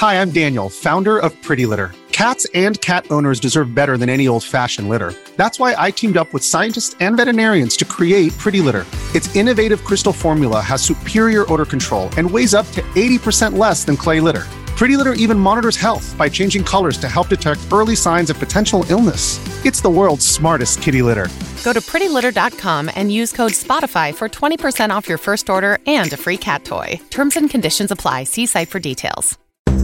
Hi, I'm Daniel, founder of Pretty Litter. Cats and cat owners deserve better than any old-fashioned litter. That's why I teamed up with scientists and veterinarians to create Pretty Litter. Its innovative crystal formula has superior odor control and weighs up to 80% less than clay litter. Pretty Litter even monitors health by changing colors to help detect early signs of potential illness. It's the world's smartest kitty litter. Go to prettylitter.com and use code SPOTIFY for 20% off your first order and a free cat toy. Terms and conditions apply. See site for details.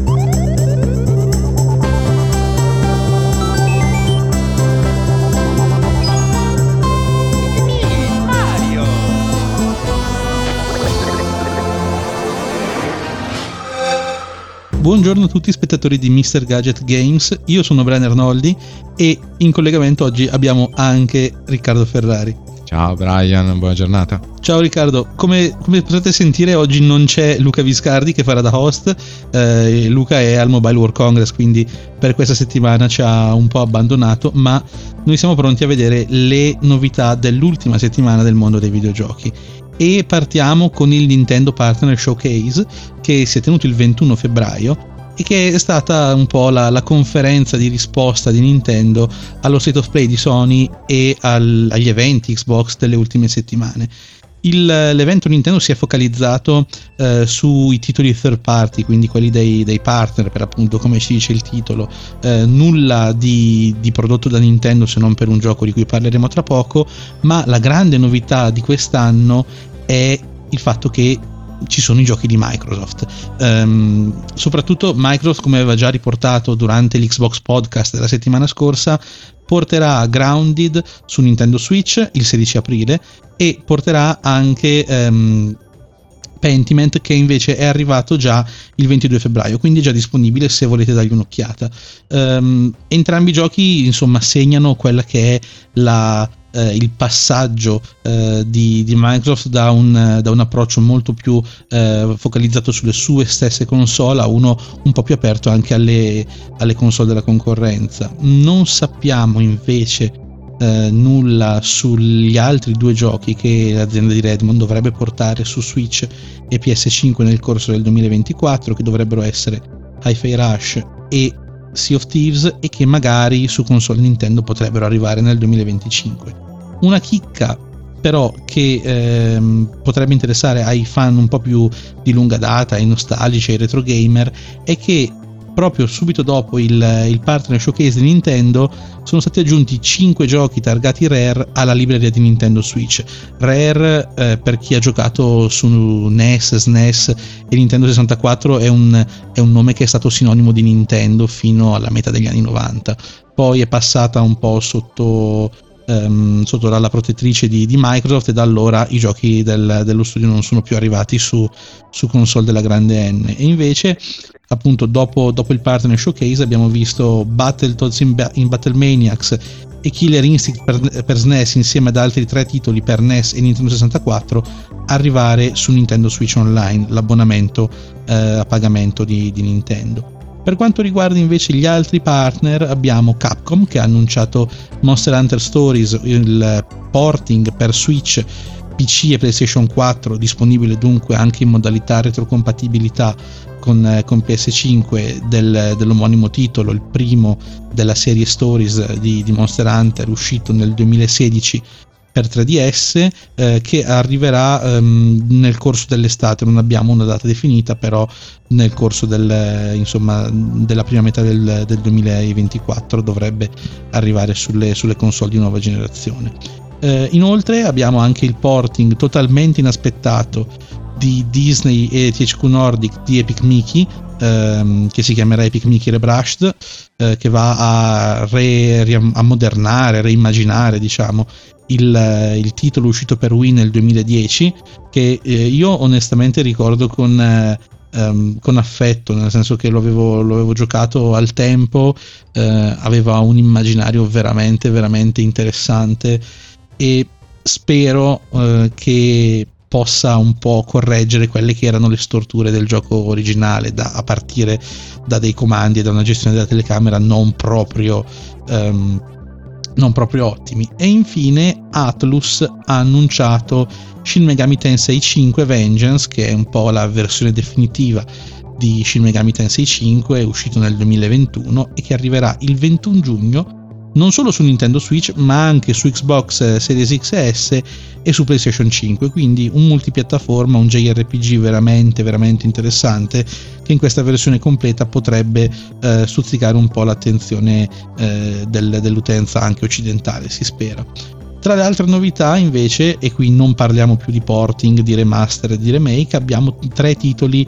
Buongiorno a tutti spettatori di Mr. Gadget Games, io sono Brian Arnoldi e in collegamento oggi abbiamo anche Riccardo Ferrari. Ciao Brian, buona giornata. Ciao Riccardo, come potete sentire oggi non c'è Luca Viscardi che farà da host. Luca è al Mobile World Congress, quindi per questa settimana ci ha un po' abbandonato, ma noi siamo pronti a vedere le novità dell'ultima settimana del mondo dei videogiochi. E partiamo con il Nintendo Partner Showcase che si è tenuto il 21 febbraio e che è stata un po' la conferenza di risposta di Nintendo allo State of Play di Sony e agli eventi Xbox delle ultime settimane. L'evento Nintendo si è focalizzato sui titoli third party, quindi quelli dei partner, per appunto come ci dice il titolo, nulla di prodotto da Nintendo se non per un gioco di cui parleremo tra poco, ma la grande novità di quest'anno è il fatto che ci sono i giochi di Microsoft. Soprattutto Microsoft, come aveva già riportato durante l'Xbox Podcast della settimana scorsa, porterà Grounded su Nintendo Switch il 16 aprile e porterà anche Pentiment, che invece è arrivato già il 22 febbraio, quindi è già disponibile se volete dargli un'occhiata. Entrambi i giochi insomma segnano quella che è il passaggio di Microsoft da un approccio molto più focalizzato sulle sue stesse console a uno un po' più aperto anche alle console della concorrenza. Non sappiamo invece nulla sugli altri due giochi che l'azienda di Redmond dovrebbe portare su Switch e PS5 nel corso del 2024, che dovrebbero essere Hi-Fi Rush e Sea of Thieves, e che magari su console Nintendo potrebbero arrivare nel 2025. Una chicca però che potrebbe interessare ai fan un po' più di lunga data, ai nostalgici, ai retro gamer, è che proprio subito dopo il partner showcase di Nintendo sono stati aggiunti 5 giochi targati Rare alla libreria di Nintendo Switch. Rare, per chi ha giocato su NES, SNES e Nintendo 64, è un nome che è stato sinonimo di Nintendo fino alla metà degli anni 90, poi è passata un po' sotto la protettrice di Microsoft, e da allora i giochi dello studio non sono più arrivati su console della grande N. E invece appunto dopo il partner showcase abbiamo visto Battletoads in Battlemaniacs e Killer Instinct per SNES, insieme ad altri 3 titoli per NES e Nintendo 64, arrivare su Nintendo Switch Online, l'abbonamento a pagamento di Nintendo. Per quanto riguarda invece gli altri partner, abbiamo Capcom che ha annunciato Monster Hunter Stories, il porting per Switch, PC e PlayStation 4, disponibile dunque anche in modalità retrocompatibilità con PS5 dell'omonimo titolo, il primo della serie Stories di Monster Hunter, uscito nel 2016 per 3DS, che arriverà nel corso dell'estate. Non abbiamo una data definita, però nel corso della prima metà del 2024 dovrebbe arrivare sulle console di nuova generazione. Inoltre abbiamo anche il porting totalmente inaspettato di Disney e THQ Nordic di Epic Mickey, che si chiamerà Epic Mickey Rebrushed, che va a ammodernare, reimaginare diciamo il titolo uscito per Wii nel 2010, che io onestamente ricordo con affetto, nel senso che lo avevo giocato al tempo, aveva un immaginario veramente veramente interessante, e spero che possa un po' correggere quelle che erano le storture del gioco originale, a partire da dei comandi e da una gestione della telecamera non proprio ottimi. E infine Atlus ha annunciato Shin Megami Tensei 5 Vengeance, che è un po' la versione definitiva di Shin Megami Tensei 5, uscito nel 2021 e che arriverà il 21 giugno non solo su Nintendo Switch ma anche su Xbox Series X e S e su PlayStation 5, quindi un multipiattaforma, un JRPG veramente veramente interessante che in questa versione completa potrebbe stuzzicare un po' l'attenzione dell'utenza anche occidentale, si spera. Tra le altre novità invece, e qui non parliamo più di porting, di remaster e di remake, abbiamo 4 titoli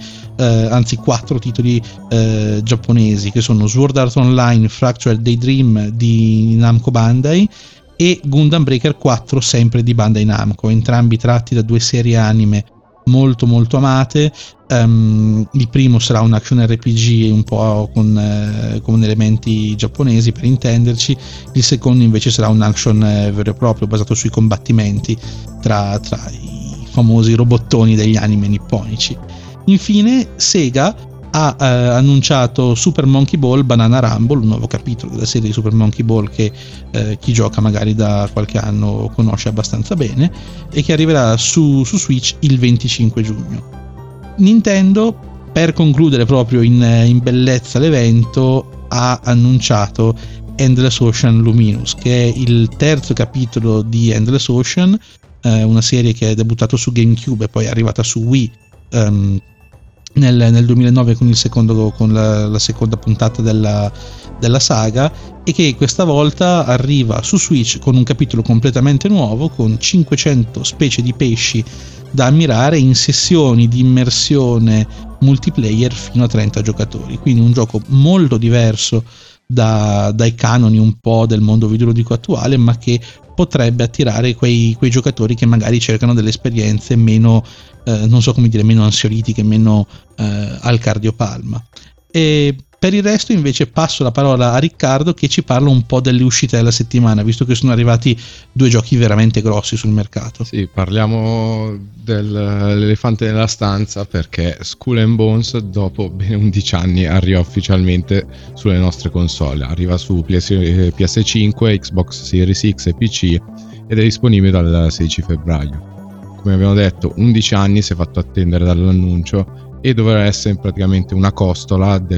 giapponesi che sono Sword Art Online Fractured Daydream di Namco Bandai e Gundam Breaker 4 sempre di Bandai Namco, entrambi tratti da 2 serie anime molto molto amate. Il primo sarà un action RPG un po' con elementi giapponesi, per intenderci. Il secondo invece sarà un action vero e proprio basato sui combattimenti tra i famosi robottoni degli anime nipponici. Infine Sega ha annunciato Super Monkey Ball Banana Rumble, un nuovo capitolo della serie di Super Monkey Ball che chi gioca magari da qualche anno conosce abbastanza bene e che arriverà su Switch il 25 giugno. Nintendo, per concludere proprio in bellezza l'evento, ha annunciato Endless Ocean Luminous, che è il terzo capitolo di Endless Ocean, una serie che è debuttato su GameCube e poi è arrivata su Wii nel 2009 con la seconda puntata della saga, e che questa volta arriva su Switch con un capitolo completamente nuovo, con 500 specie di pesci da ammirare in sessioni di immersione multiplayer fino a 30 giocatori, quindi un gioco molto diverso dai canoni un po' del mondo videoludico attuale, ma che potrebbe attirare quei giocatori che magari cercano delle esperienze meno meno ansiolitiche, meno al cardiopalma. E per il resto invece passo la parola a Riccardo, che ci parla un po' delle uscite della settimana, visto che sono arrivati 2 giochi veramente grossi sul mercato. Sì, parliamo dell'elefante nella stanza, perché Skull and Bones dopo ben 11 anni arriva ufficialmente sulle nostre console. Arriva su PS5, Xbox Series X e PC ed è disponibile dal 16 febbraio. Come abbiamo detto, 11 anni si è fatto attendere dall'annuncio e dovrà essere praticamente una costola di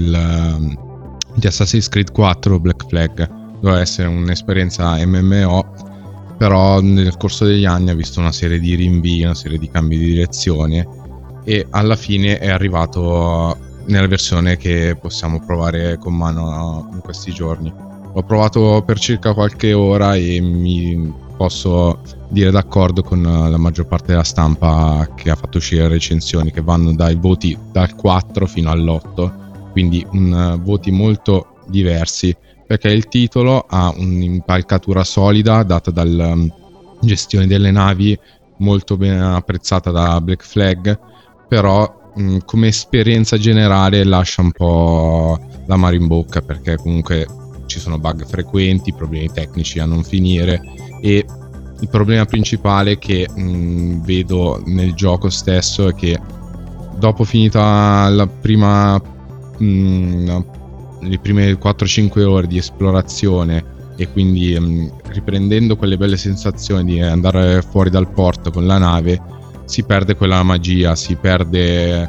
Assassin's Creed 4 Black Flag. Dovrà essere un'esperienza MMO, però nel corso degli anni ha visto una serie di rinvii, una serie di cambi di direzione e alla fine è arrivato nella versione che possiamo provare con mano in questi giorni. L'ho provato per circa qualche ora e mi posso dire d'accordo con la maggior parte della stampa che ha fatto uscire recensioni che vanno dai voti dal 4 fino all'8, quindi voti molto diversi, perché il titolo ha un'impalcatura solida data dalla gestione delle navi molto ben apprezzata da Black Flag, però come esperienza generale lascia un po' l'amaro in bocca, perché comunque ci sono bug frequenti, problemi tecnici a non finire, e il problema principale che vedo nel gioco stesso è che dopo finita le prime 4-5 ore di esplorazione e quindi riprendendo quelle belle sensazioni di andare fuori dal porto con la nave, si perde quella magia, si perde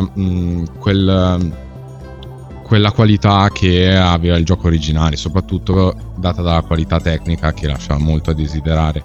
quella qualità che aveva il gioco originale, soprattutto data dalla qualità tecnica che lascia molto a desiderare.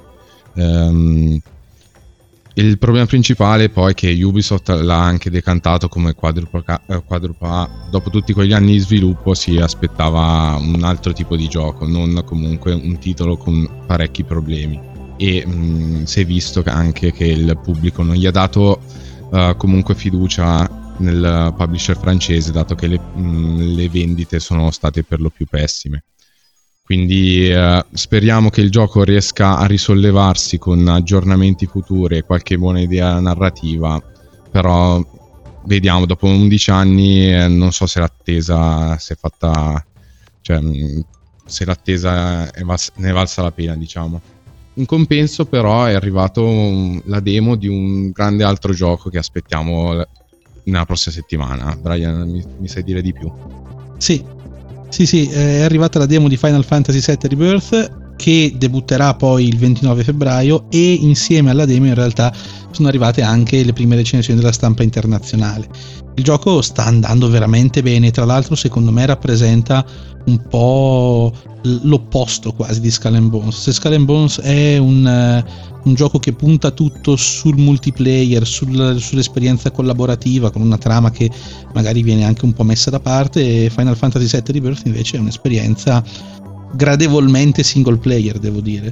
Il problema principale poi è che Ubisoft l'ha anche decantato come quadrupla A. Dopo tutti quegli anni di sviluppo si aspettava un altro tipo di gioco, non comunque un titolo con parecchi problemi, e si è visto anche che il pubblico non gli ha dato comunque fiducia nel publisher francese, dato che le vendite sono state per lo più pessime. Quindi speriamo che il gioco riesca a risollevarsi con aggiornamenti futuri e qualche buona idea narrativa, però vediamo, dopo 11 anni non so se l'attesa si è fatta, cioè se l'attesa ne è valsa la pena, diciamo. In compenso però è arrivato la demo di un grande altro gioco che aspettiamo nella prossima settimana. Brian, mi sai dire di più? Sì, è arrivata la demo di Final Fantasy VII Rebirth, che debutterà poi il 29 febbraio, e insieme alla demo in realtà sono arrivate anche le prime recensioni della stampa internazionale. Il gioco sta andando veramente bene, tra l'altro secondo me rappresenta un po' l'opposto quasi di Skull and Bones. Se Skull and Bones è un gioco che punta tutto sul multiplayer, sull'esperienza collaborativa, con una trama che magari viene anche un po' messa da parte, e Final Fantasy VII Rebirth invece è un'esperienza gradevolmente single player, devo dire.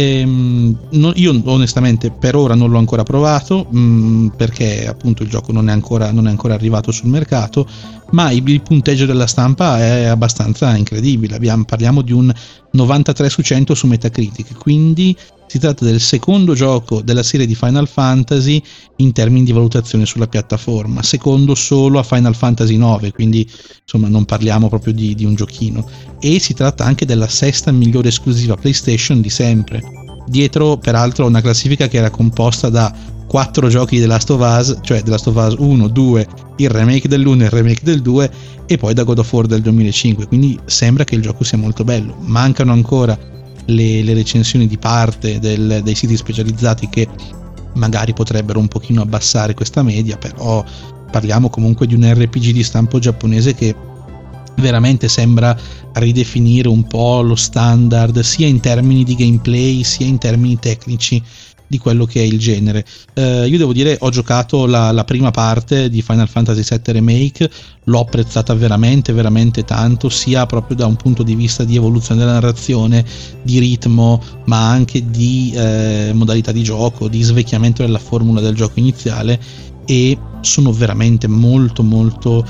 Io onestamente per ora non l'ho ancora provato, perché appunto il gioco non è ancora arrivato sul mercato, ma il punteggio della stampa è abbastanza incredibile. Parliamo di un 93 su 100 su Metacritic, quindi si tratta del secondo gioco della serie di Final Fantasy in termini di valutazione sulla piattaforma, secondo solo a Final Fantasy 9, quindi insomma non parliamo proprio di un giochino. E si tratta anche della sesta migliore esclusiva PlayStation di sempre, dietro peraltro una classifica che era composta da 4 giochi di The Last of Us, cioè The Last of Us 1, 2, il remake dell'1 e il remake del 2, e poi da God of War del 2005, quindi sembra che il gioco sia molto bello. Mancano ancora le recensioni di parte dei siti specializzati che magari potrebbero un pochino abbassare questa media, però parliamo comunque di un RPG di stampo giapponese che veramente sembra ridefinire un po' lo standard sia in termini di gameplay sia in termini tecnici di quello che è il genere. Io devo dire, ho giocato la prima parte di Final Fantasy VII Remake, l'ho apprezzata veramente veramente tanto, sia proprio da un punto di vista di evoluzione della narrazione, di ritmo, ma anche di modalità di gioco, di svecchiamento della formula del gioco iniziale, e sono veramente molto molto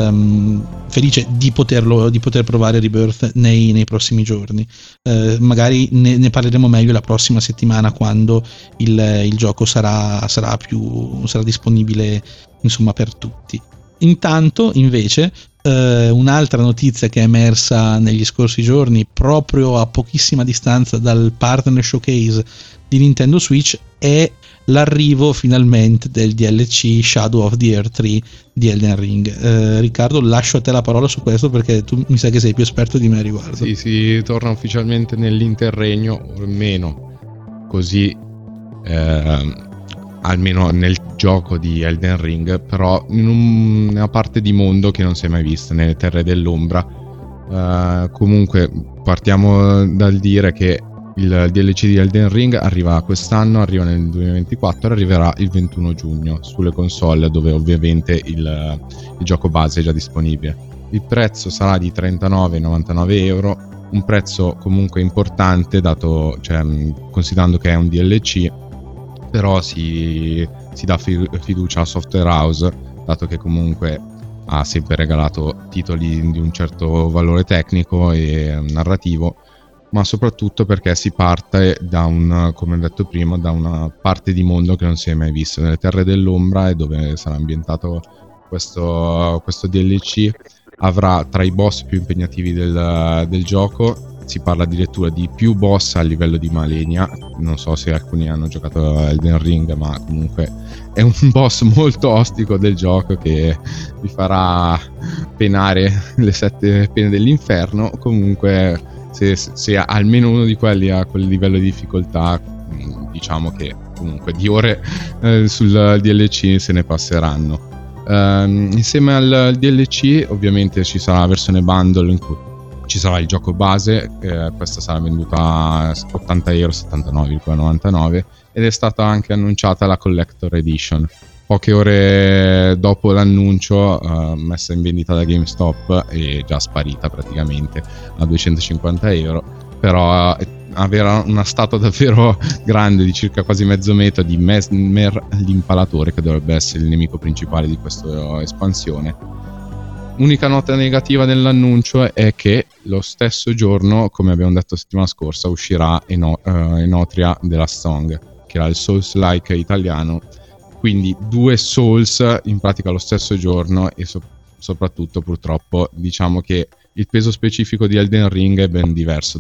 felice di poter provare Rebirth nei prossimi giorni. Magari ne parleremo meglio la prossima settimana, quando il gioco sarà disponibile insomma per tutti. Intanto invece un'altra notizia che è emersa negli scorsi giorni, proprio a pochissima distanza dal partner showcase di Nintendo Switch, è l'arrivo finalmente del DLC Shadow of the Earth 3 di Elden Ring. Riccardo, lascio a te la parola su questo, perché tu mi sa che sei più esperto di me a riguardo. Sì, si torna ufficialmente nell'interregno, o almeno così, almeno nel gioco di Elden Ring, però in una parte di mondo che non si è mai vista, nelle terre dell'ombra. Comunque partiamo dal dire che il DLC di Elden Ring arriva quest'anno, arriva nel 2024, arriverà il 21 giugno sulle console, dove ovviamente il gioco base è già disponibile. Il prezzo sarà di 39,99 euro, un prezzo comunque importante, considerando che è un DLC, però si dà fiducia a Software House, dato che comunque ha sempre regalato titoli di un certo valore tecnico e narrativo, ma soprattutto perché si parte come detto prima, da una parte di mondo che non si è mai visto, nelle terre dell'ombra, e dove sarà ambientato questo DLC. Avrà tra i boss più impegnativi del gioco, si parla addirittura di più boss a livello di Malenia. Non so se alcuni hanno giocato a Elden Ring, ma comunque è un boss molto ostico del gioco che vi farà penare le 7 pene dell'inferno. Comunque se almeno uno di quelli ha quel livello di difficoltà, diciamo che comunque di ore sul DLC se ne passeranno. Insieme al DLC ovviamente ci sarà la versione bundle in cui ci sarà il gioco base, questa sarà venduta a 80 euro, 79,99, ed è stata anche annunciata la Collector Edition. Poche ore dopo l'annuncio, messa in vendita da GameStop, è già sparita praticamente a 250 euro, però aveva una statua davvero grande, di circa quasi mezzo metro, di Mesmer l'Impalatore, che dovrebbe essere il nemico principale di questa espansione. Unica nota negativa dell'annuncio è che lo stesso giorno, come abbiamo detto settimana scorsa, uscirà Enotria The Last Song, che era il Souls-like italiano. Quindi 2 Souls in pratica lo stesso giorno, e soprattutto purtroppo diciamo che il peso specifico di Elden Ring è ben diverso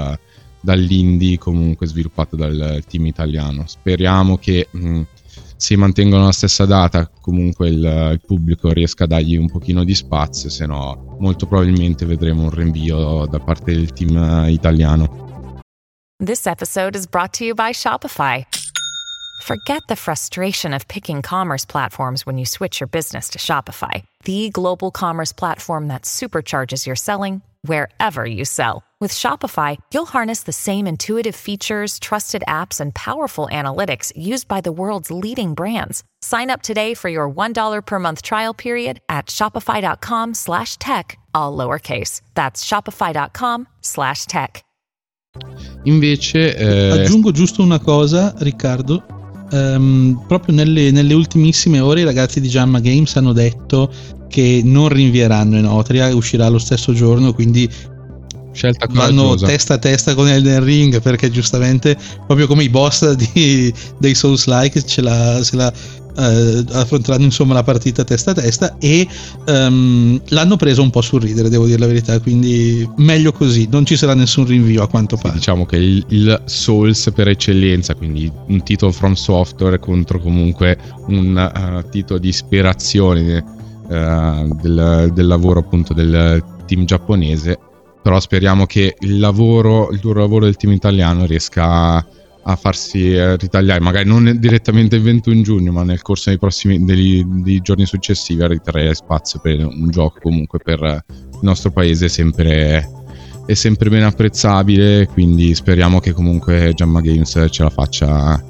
dall'indie comunque sviluppato dal team italiano. Speriamo che si mantengono la stessa data, comunque il pubblico riesca a dargli un pochino di spazio, se no molto probabilmente vedremo un rinvio da parte del team italiano. This episode is brought to you by Shopify. Forget the frustration of picking commerce platforms when you switch your business to Shopify, the global commerce platform that supercharges your selling wherever you sell. With Shopify, you'll harness the same intuitive features, trusted apps, and powerful analytics used by the world's leading brands. Sign up today for your $1 per month trial period at shopify.com/tech, all lowercase. That's shopify.com/tech. Invece aggiungo giusto una cosa, Riccardo. Proprio nelle ultimissime ore i ragazzi di Jamma Games hanno detto che non rinvieranno Enotria, uscirà lo stesso giorno, quindi scelta vanno coraggiosa. testa a testa con Elden Ring, perché giustamente proprio come i boss dei Souls-like se la affronteranno insomma la partita testa a testa, e l'hanno preso un po' sul ridere, devo dire la verità, quindi meglio così, non ci sarà nessun rinvio a quanto pare. Diciamo che il Souls per eccellenza, quindi un titolo From Software contro comunque un titolo di ispirazione del lavoro appunto del team giapponese, però speriamo che il duro lavoro del team italiano riesca a farsi ritagliare, magari non direttamente il 21 giugno, ma nel corso dei giorni successivi, a ritagliare spazio per un gioco comunque per il nostro paese è sempre ben apprezzabile, quindi speriamo che comunque Jamma Games ce la faccia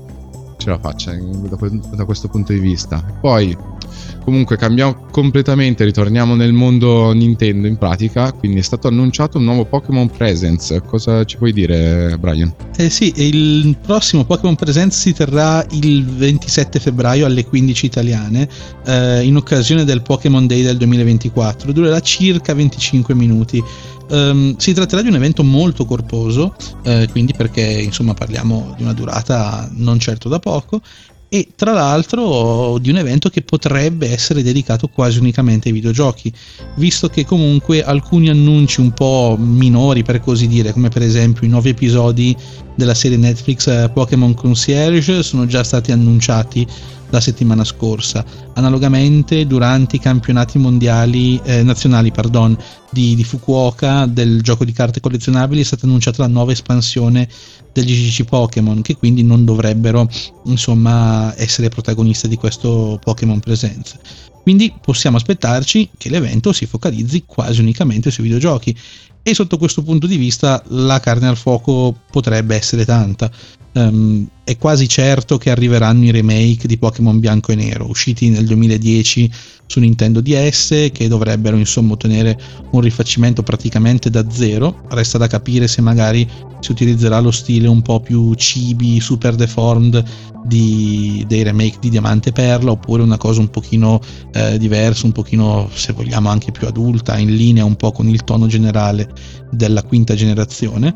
da questo punto di vista. Poi comunque cambiamo completamente, ritorniamo nel mondo Nintendo in pratica, quindi è stato annunciato un nuovo Pokémon Presents. Cosa ci puoi dire, Brian? Sì, il prossimo Pokémon Presents si terrà il 27 febbraio alle 15 italiane, in occasione del Pokémon Day del 2024, durerà circa 25 minuti. Si tratterà di un evento molto corposo, quindi perché insomma parliamo di una durata non certo da poco, e tra l'altro di un evento che potrebbe essere dedicato quasi unicamente ai videogiochi, visto che comunque alcuni annunci un po' minori, per così dire, come per esempio i 9 episodi della serie Netflix Pokémon Concierge, sono già stati annunciati la settimana scorsa. Analogamente, durante i campionati mondiali nazionali di Fukuoka del gioco di carte collezionabili è stata annunciata la nuova espansione degli GCC Pokémon, che quindi non dovrebbero insomma essere protagoniste di questo Pokémon Presents. Quindi possiamo aspettarci che l'evento si focalizzi quasi unicamente sui videogiochi, e sotto questo punto di vista la carne al fuoco potrebbe essere tanta. È quasi certo che arriveranno i remake di Pokémon Bianco e Nero, usciti nel 2010 su Nintendo DS, che dovrebbero insomma ottenere un rifacimento praticamente da zero. Resta da capire se magari si utilizzerà lo stile un po' più chibi, super deformed dei remake di Diamante e Perla, oppure una cosa un pochino diversa, un pochino, se vogliamo, anche più adulta, in linea un po' con il tono generale della quinta generazione.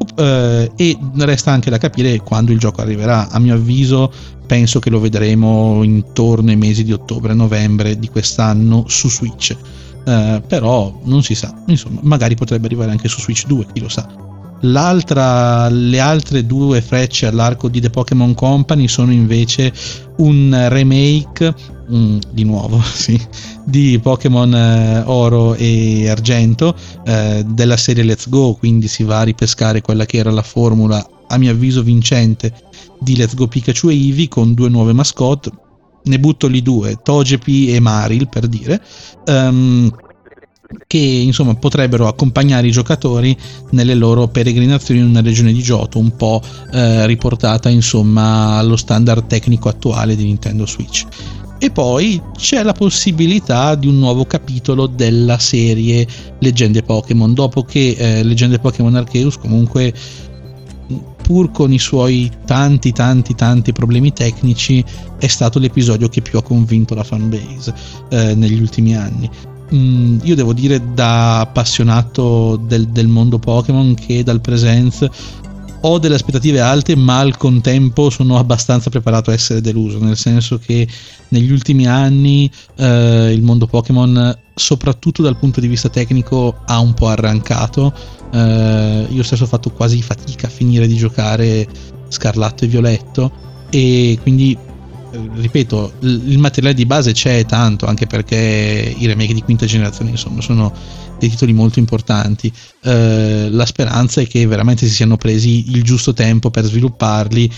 E resta anche da capire quando il gioco arriverà. A mio avviso penso che lo vedremo intorno ai mesi di ottobre-novembre di quest'anno su Switch, però non si sa, insomma magari potrebbe arrivare anche su Switch 2, chi lo sa. Le altre due frecce all'arco di The Pokémon Company sono invece un remake di nuovo di Pokémon Oro e Argento, della serie Let's Go, quindi si va a ripescare quella che era la formula a mio avviso vincente di Let's Go Pikachu e Eevee, con due nuove mascotte. Ne butto lì due, Togepi e Maril per dire, che insomma potrebbero accompagnare i giocatori nelle loro peregrinazioni in una regione di Johto un po' riportata insomma allo standard tecnico attuale di Nintendo Switch. E poi c'è la possibilità di un nuovo capitolo della serie Leggende Pokémon, dopo che Leggende Pokémon Arceus comunque, pur con i suoi tanti problemi tecnici, è stato l'episodio che più ha convinto la fanbase negli ultimi anni. Io devo dire, da appassionato del mondo Pokémon, che dal Presents ho delle aspettative alte, ma al contempo sono abbastanza preparato a essere deluso, nel senso che negli ultimi anni il mondo Pokémon, soprattutto dal punto di vista tecnico, ha un po' arrancato. Io stesso ho fatto quasi fatica a finire di giocare Scarlatto e Violetto, e quindi ripeto, il materiale di base c'è tanto, anche perché i remake di quinta generazione insomma sono dei titoli molto importanti. La speranza è che veramente si siano presi il giusto tempo per svilupparli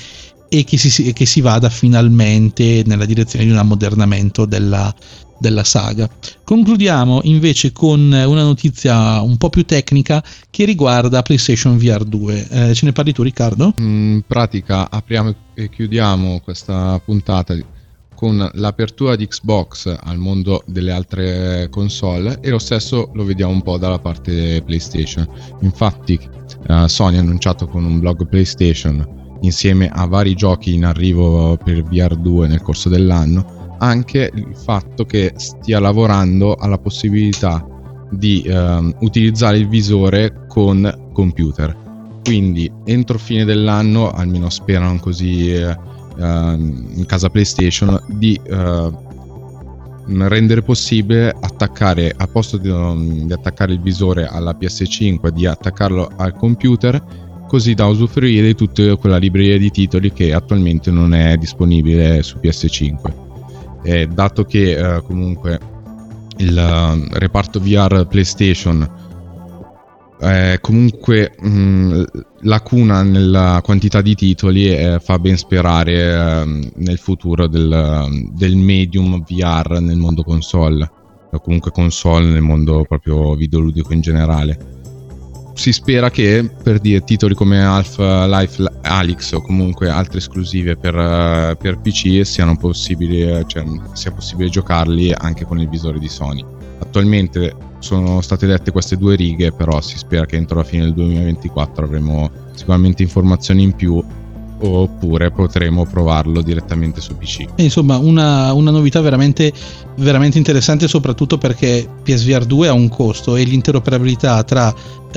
e che si vada finalmente nella direzione di un ammodernamento della saga. Concludiamo invece con una notizia un po' più tecnica che riguarda PlayStation VR 2. Ce ne parli tu, Riccardo? In pratica apriamo e chiudiamo questa puntata con l'apertura di Xbox al mondo delle altre console, e lo stesso lo vediamo un po' dalla parte PlayStation. Infatti Sony ha annunciato con un blog PlayStation, insieme a vari giochi in arrivo per VR 2 nel corso dell'anno, anche il fatto che stia lavorando alla possibilità di utilizzare il visore con computer. Quindi entro fine dell'anno, almeno sperano così in casa PlayStation, di rendere possibile attaccare, al posto di attaccare il visore alla PS5, di attaccarlo al computer, così da usufruire di tutta quella libreria di titoli che attualmente non è disponibile su PS5. Dato che comunque il reparto VR PlayStation è comunque lacuna nella quantità di titoli, fa ben sperare nel futuro del medium VR nel mondo console, o comunque console nel mondo proprio videoludico in generale. Si spera che, per dire, titoli come Half-Life Alyx o comunque altre esclusive per PC siano possibili, cioè sia possibile giocarli anche con il visore di Sony. Attualmente sono state dette queste 2 righe, però si spera che entro la fine del 2024 avremo sicuramente informazioni in più, oppure potremo provarlo direttamente su PC. Insomma, una novità veramente, veramente interessante, soprattutto perché PSVR 2 ha un costo e l'interoperabilità tra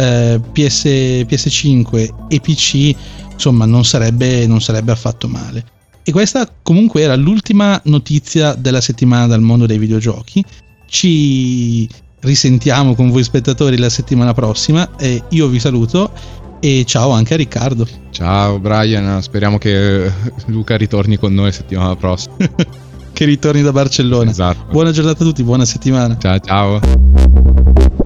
PS5 e PC, insomma, non sarebbe affatto male. E questa comunque era l'ultima notizia della settimana dal mondo dei videogiochi. Ci risentiamo con voi spettatori la settimana prossima, e io vi saluto e ciao anche a Riccardo. Ciao Brian, speriamo che Luca ritorni con noi settimana prossima. Che ritorni da Barcellona. Esatto. Buona giornata a tutti, buona settimana. Ciao.